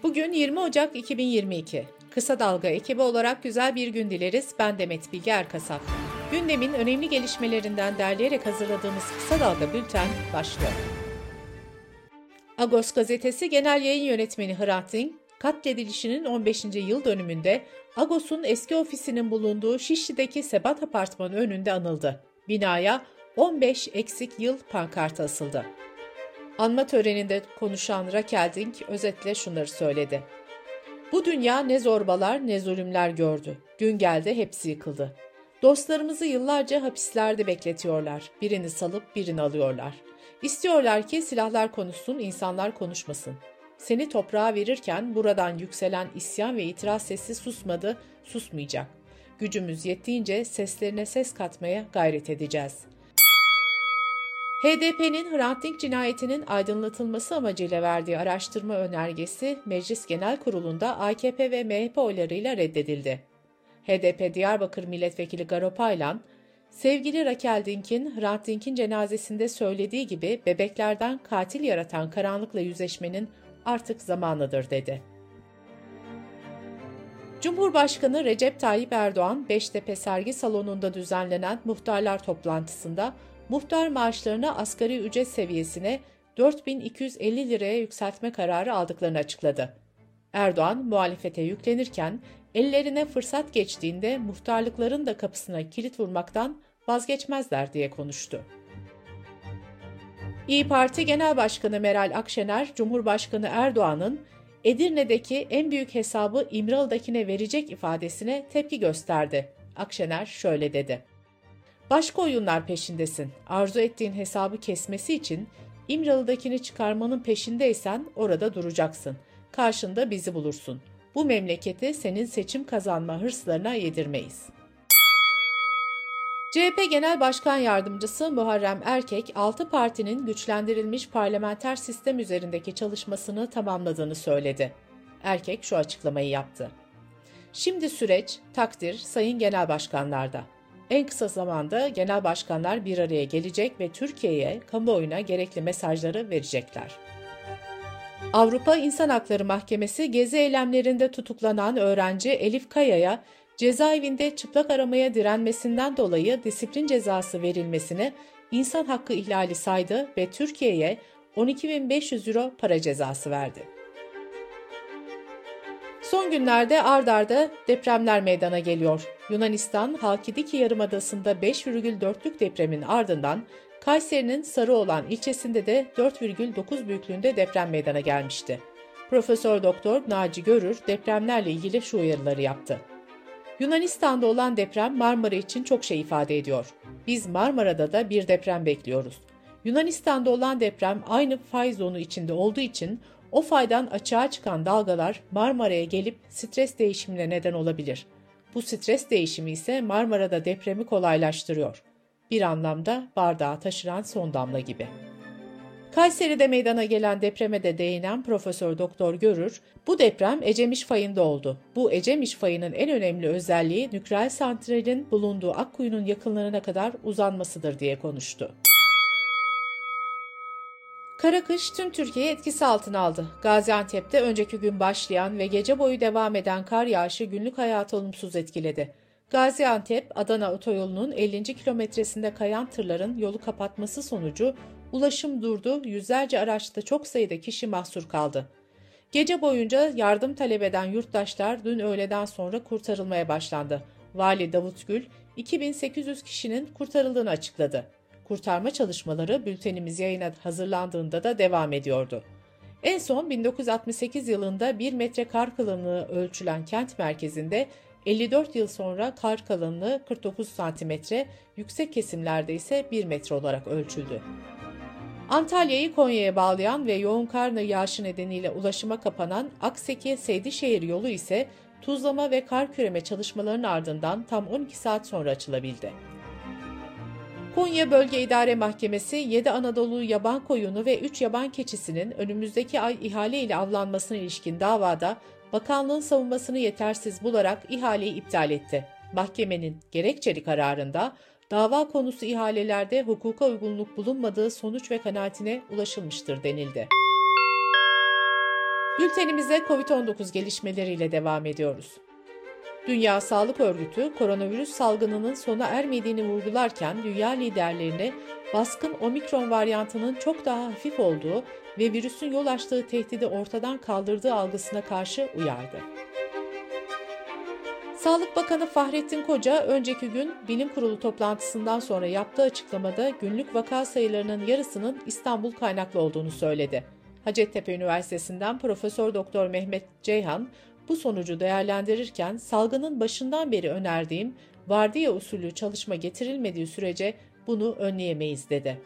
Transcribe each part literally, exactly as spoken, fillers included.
Bugün yirmi Ocak iki bin yirmi iki. Kısa Dalga ekibi olarak güzel bir gün dileriz. Ben Demet Bilge Erkasap. Gündemin önemli gelişmelerinden derleyerek hazırladığımız Kısa Dalga Bülten başlıyor. Agos gazetesi Genel Yayın Yönetmeni Hrant Dink, katledilişinin on beşinci yıl dönümünde Agos'un eski ofisinin bulunduğu Şişli'deki Sebat Apartmanı önünde anıldı. Binaya on beş eksik yıl pankartı asıldı. Anma töreninde konuşan Raquel Dink özetle şunları söyledi. Bu dünya ne zorbalar ne zulümler gördü. Gün geldi hepsi yıkıldı. Dostlarımızı yıllarca hapislerde bekletiyorlar. Birini salıp birini alıyorlar. İstiyorlar ki silahlar konuşsun, insanlar konuşmasın. Seni toprağa verirken buradan yükselen isyan ve itiraz sesi susmadı, susmayacak. Gücümüz yettiğince seslerine ses katmaya gayret edeceğiz. H D P'nin Hrant Dink cinayetinin aydınlatılması amacıyla verdiği araştırma önergesi Meclis Genel Kurulu'nda A K P ve M H P oylarıyla reddedildi. H D P Diyarbakır Milletvekili Garo Paylan, sevgili Raquel Dink'in Hrant Dink'in cenazesinde söylediği gibi bebeklerden katil yaratan karanlıkla yüzleşmenin artık zamanıdır dedi. Cumhurbaşkanı Recep Tayyip Erdoğan, Beştepe Sergi Salonu'nda düzenlenen muhtarlar toplantısında muhtar maaşlarını asgari ücret seviyesine dört bin iki yüz elli liraya yükseltme kararı aldıklarını açıkladı. Erdoğan muhalefete yüklenirken ellerine fırsat geçtiğinde muhtarlıkların da kapısına kilit vurmaktan vazgeçmezler diye konuştu. İYİ Parti Genel Başkanı Meral Akşener, Cumhurbaşkanı Erdoğan'ın Edirne'deki en büyük hesabı İmralı'dakine verecek ifadesine tepki gösterdi. Akşener şöyle dedi. Başka oyunlar peşindesin. Arzu ettiğin hesabı kesmesi için İmralı'dakini çıkarmanın peşindeysen orada duracaksın. Karşında bizi bulursun. Bu memleketi senin seçim kazanma hırslarına yedirmeyiz. C H P Genel Başkan Yardımcısı Muharrem Erkek, altı partinin güçlendirilmiş parlamenter sistem üzerindeki çalışmasını tamamladığını söyledi. Erkek şu açıklamayı yaptı. Şimdi süreç, takdir Sayın Genel Başkanlarda. En kısa zamanda genel başkanlar bir araya gelecek ve Türkiye'ye, kamuoyuna gerekli mesajları verecekler. Avrupa İnsan Hakları Mahkemesi, gezi eylemlerinde tutuklanan öğrenci Elif Kaya'ya cezaevinde çıplak aramaya direnmesinden dolayı disiplin cezası verilmesini insan hakkı ihlali saydı ve Türkiye'ye on iki bin beş yüz euro para cezası verdi. Son günlerde ard arda depremler meydana geliyor. Yunanistan, Halkidiki Yarımadası'nda beş virgül dörtlük depremin ardından Kayseri'nin Sarıoğlan ilçesinde de dört virgül dokuz büyüklüğünde deprem meydana gelmişti. Profesör Doktor Naci Görür depremlerle ilgili şu uyarıları yaptı. Yunanistan'da olan deprem Marmara için çok şey ifade ediyor. Biz Marmara'da da bir deprem bekliyoruz. Yunanistan'da olan deprem aynı fay zonu içinde olduğu için o faydan açığa çıkan dalgalar Marmara'ya gelip stres değişimine neden olabilir. Bu stres değişimi ise Marmara'da depremi kolaylaştırıyor. Bir anlamda bardağı taşıran son damla gibi. Kayseri'de meydana gelen depreme de değinen Profesör Doktor Görür, bu deprem Ecemiş fayında oldu. Bu Ecemiş fayının en önemli özelliği nükleer santralin bulunduğu Akkuyu'nun yakınlarına kadar uzanmasıdır diye konuştu. Kara kış tüm Türkiye'yi etkisi altına aldı. Gaziantep'te önceki gün başlayan ve gece boyu devam eden kar yağışı günlük hayatı olumsuz etkiledi. Gaziantep-Adana otoyolunun ellinci kilometresinde kayan tırların yolu kapatması sonucu ulaşım durdu, yüzlerce araçta çok sayıda kişi mahsur kaldı. Gece boyunca yardım talep eden yurttaşlar dün öğleden sonra kurtarılmaya başlandı. Vali Davut Gül, iki bin sekiz yüz kişinin kurtarıldığını açıkladı. Kurtarma çalışmaları bültenimiz yayına hazırlandığında da devam ediyordu. En son bin dokuz yüz altmış sekiz yılında bir metre kar kalınlığı ölçülen kent merkezinde elli dört yıl sonra kar kalınlığı kırk dokuz santimetre, yüksek kesimlerde ise bir metre olarak ölçüldü. Antalya'yı Konya'ya bağlayan ve yoğun kar yağışı nedeniyle ulaşıma kapanan Akseki-Seydişehir yolu ise tuzlama ve kar küreme çalışmalarının ardından tam on iki saat sonra açılabildi. Konya Bölge İdare Mahkemesi, yedi Anadolu yaban koyunu ve üç yaban keçisinin önümüzdeki ay ihale ile avlanmasına ilişkin davada bakanlığın savunmasını yetersiz bularak ihaleyi iptal etti. Mahkemenin gerekçeli kararında dava konusu ihalelerde hukuka uygunluk bulunmadığı sonuç ve kanaatine ulaşılmıştır denildi. Bültenimize kovid on dokuz gelişmeleriyle devam ediyoruz. Dünya Sağlık Örgütü, koronavirüs salgınının sona ermediğini vurgularken dünya liderlerini baskın omikron varyantının çok daha hafif olduğu ve virüsün yol açtığı tehdidi ortadan kaldırdığı algısına karşı uyardı. Sağlık Bakanı Fahrettin Koca, önceki gün Bilim Kurulu toplantısından sonra yaptığı açıklamada günlük vaka sayılarının yarısının İstanbul kaynaklı olduğunu söyledi. Hacettepe Üniversitesi'nden Profesör Doktor Mehmet Ceyhan, bu sonucu değerlendirirken salgının başından beri önerdiğim vardiya usulü çalışma getirilmediği sürece bunu önleyemeyiz dedi.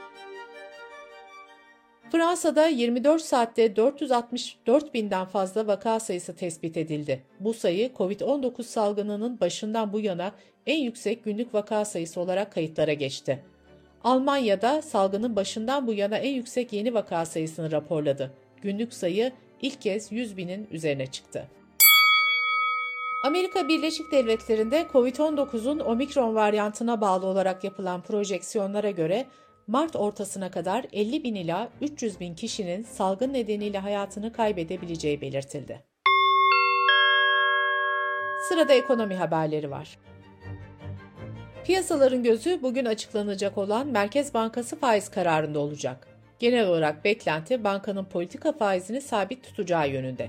Fransa'da yirmi dört saatte dört yüz altmış dört binden fazla vaka sayısı tespit edildi. Bu sayı kovid on dokuz salgınının başından bu yana en yüksek günlük vaka sayısı olarak kayıtlara geçti. Almanya'da salgının başından bu yana en yüksek yeni vaka sayısını raporladı. Günlük sayı ilk kez yüz binin üzerine çıktı. Amerika Birleşik Devletleri'nde kovid on dokuzun omikron varyantına bağlı olarak yapılan projeksiyonlara göre Mart ortasına kadar elli bin ila üç yüz bin kişinin salgın nedeniyle hayatını kaybedebileceği belirtildi. Sırada ekonomi haberleri var. Piyasaların gözü bugün açıklanacak olan Merkez Bankası faiz kararında olacak. Genel olarak beklenti bankanın politika faizini sabit tutacağı yönünde.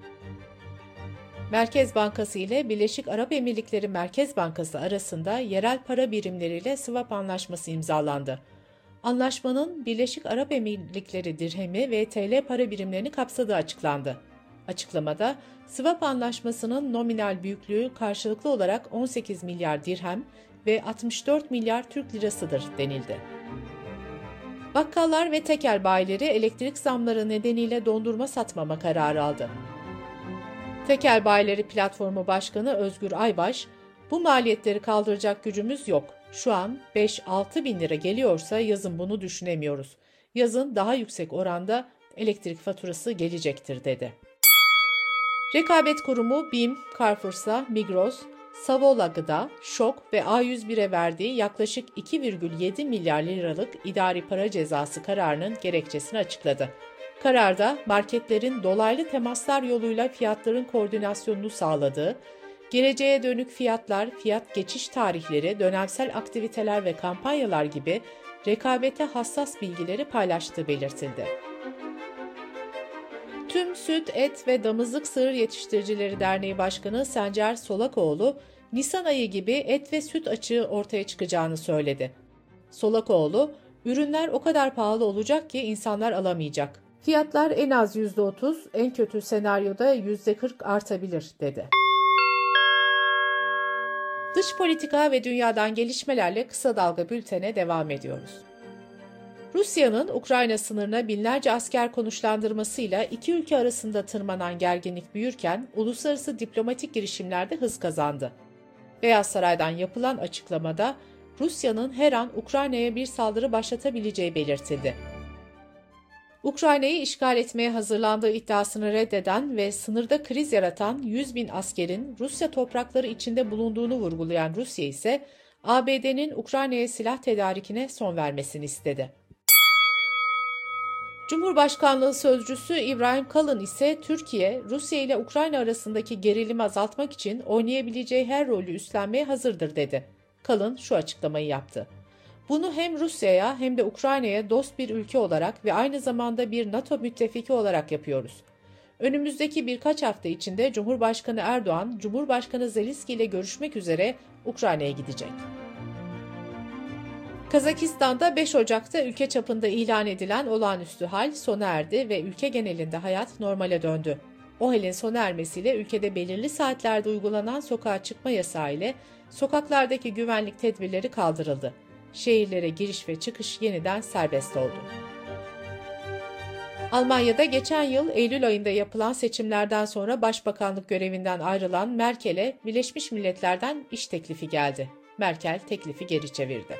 Merkez Bankası ile Birleşik Arap Emirlikleri Merkez Bankası arasında yerel para birimleriyle swap anlaşması imzalandı. Anlaşmanın Birleşik Arap Emirlikleri dirhemi ve T L para birimlerini kapsadığı açıklandı. Açıklamada, swap anlaşmasının nominal büyüklüğü karşılıklı olarak on sekiz milyar dirhem ve altmış dört milyar Türk lirasıdır denildi. Bakkallar ve tekel bayileri elektrik zamları nedeniyle dondurma satmama kararı aldı. Tekel Bayileri Platformu Başkanı Özgür Aybaş, "Bu maliyetleri kaldıracak gücümüz yok. Şu an beş altı bin lira geliyorsa yazın bunu düşünemiyoruz. Yazın daha yüksek oranda elektrik faturası gelecektir," dedi. Rekabet Kurumu BİM, Carrefour'sa Migros, Savola Gıda, Şok ve A yüz bir'e verdiği yaklaşık iki virgül yedi milyar liralık idari para cezası kararının gerekçesini açıkladı. Kararda marketlerin dolaylı temaslar yoluyla fiyatların koordinasyonunu sağladığı, geleceğe dönük fiyatlar, fiyat geçiş tarihleri, dönemsel aktiviteler ve kampanyalar gibi rekabete hassas bilgileri paylaştığı belirtildi. Tüm Süt, Et ve Damızlık Sığır Yetiştiricileri Derneği Başkanı Sencer Solakoğlu, Nisan ayı gibi et ve süt açığı ortaya çıkacağını söyledi. Solakoğlu, "Ürünler o kadar pahalı olacak ki insanlar alamayacak. Fiyatlar en az yüzde otuz, en kötü senaryoda yüzde kırk artabilir," dedi. Dış politika ve dünyadan gelişmelerle Kısa Dalga Bülten'e devam ediyoruz. Rusya'nın Ukrayna sınırına binlerce asker konuşlandırmasıyla iki ülke arasında tırmanan gerginlik büyürken uluslararası diplomatik girişimlerde hız kazandı. Beyaz Saray'dan yapılan açıklamada Rusya'nın her an Ukrayna'ya bir saldırı başlatabileceği belirtildi. Ukrayna'yı işgal etmeye hazırlandığı iddiasını reddeden ve sınırda kriz yaratan yüz bin askerin Rusya toprakları içinde bulunduğunu vurgulayan Rusya ise A B D'nin Ukrayna'ya silah tedarikine son vermesini istedi. Cumhurbaşkanlığı Sözcüsü İbrahim Kalın ise Türkiye, Rusya ile Ukrayna arasındaki gerilimi azaltmak için oynayabileceği her rolü üstlenmeye hazırdır dedi. Kalın şu açıklamayı yaptı. "Bunu hem Rusya'ya hem de Ukrayna'ya dost bir ülke olarak ve aynı zamanda bir NATO müttefiki olarak yapıyoruz. Önümüzdeki birkaç hafta içinde Cumhurbaşkanı Erdoğan, Cumhurbaşkanı Zelenski ile görüşmek üzere Ukrayna'ya gidecek." Kazakistan'da beş Ocak'ta ülke çapında ilan edilen olağanüstü hal sona erdi ve ülke genelinde hayat normale döndü. O halin sona ermesiyle ülkede belirli saatlerde uygulanan sokağa çıkma yasağı ile sokaklardaki güvenlik tedbirleri kaldırıldı. Şehirlere giriş ve çıkış yeniden serbest oldu. Almanya'da geçen yıl Eylül ayında yapılan seçimlerden sonra başbakanlık görevinden ayrılan Merkel'e Birleşmiş Milletler'den iş teklifi geldi. Merkel teklifi geri çevirdi.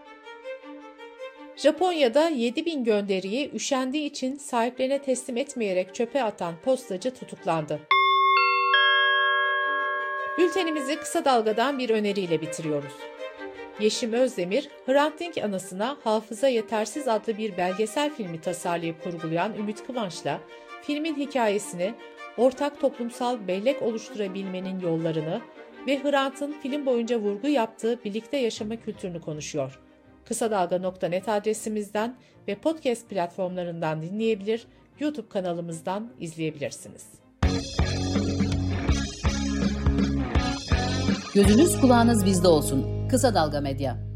Japonya'da yedi bin gönderiyi üşendiği için sahiplerine teslim etmeyerek çöpe atan postacı tutuklandı. Bültenimizi kısa dalgadan bir öneriyle bitiriyoruz. Yeşim Özdemir, Hrant Dink anısına Hafıza Yetersiz adlı bir belgesel filmi tasarlayıp kurgulayan Ümit Kıvanç'la filmin hikayesini, ortak toplumsal bellek oluşturabilmenin yollarını ve Hrant'ın film boyunca vurgu yaptığı birlikte yaşama kültürünü konuşuyor. Kısadalga nokta net adresimizden ve podcast platformlarından dinleyebilir, YouTube kanalımızdan izleyebilirsiniz. Gözünüz kulağınız bizde olsun. Kısa Dalga Medya.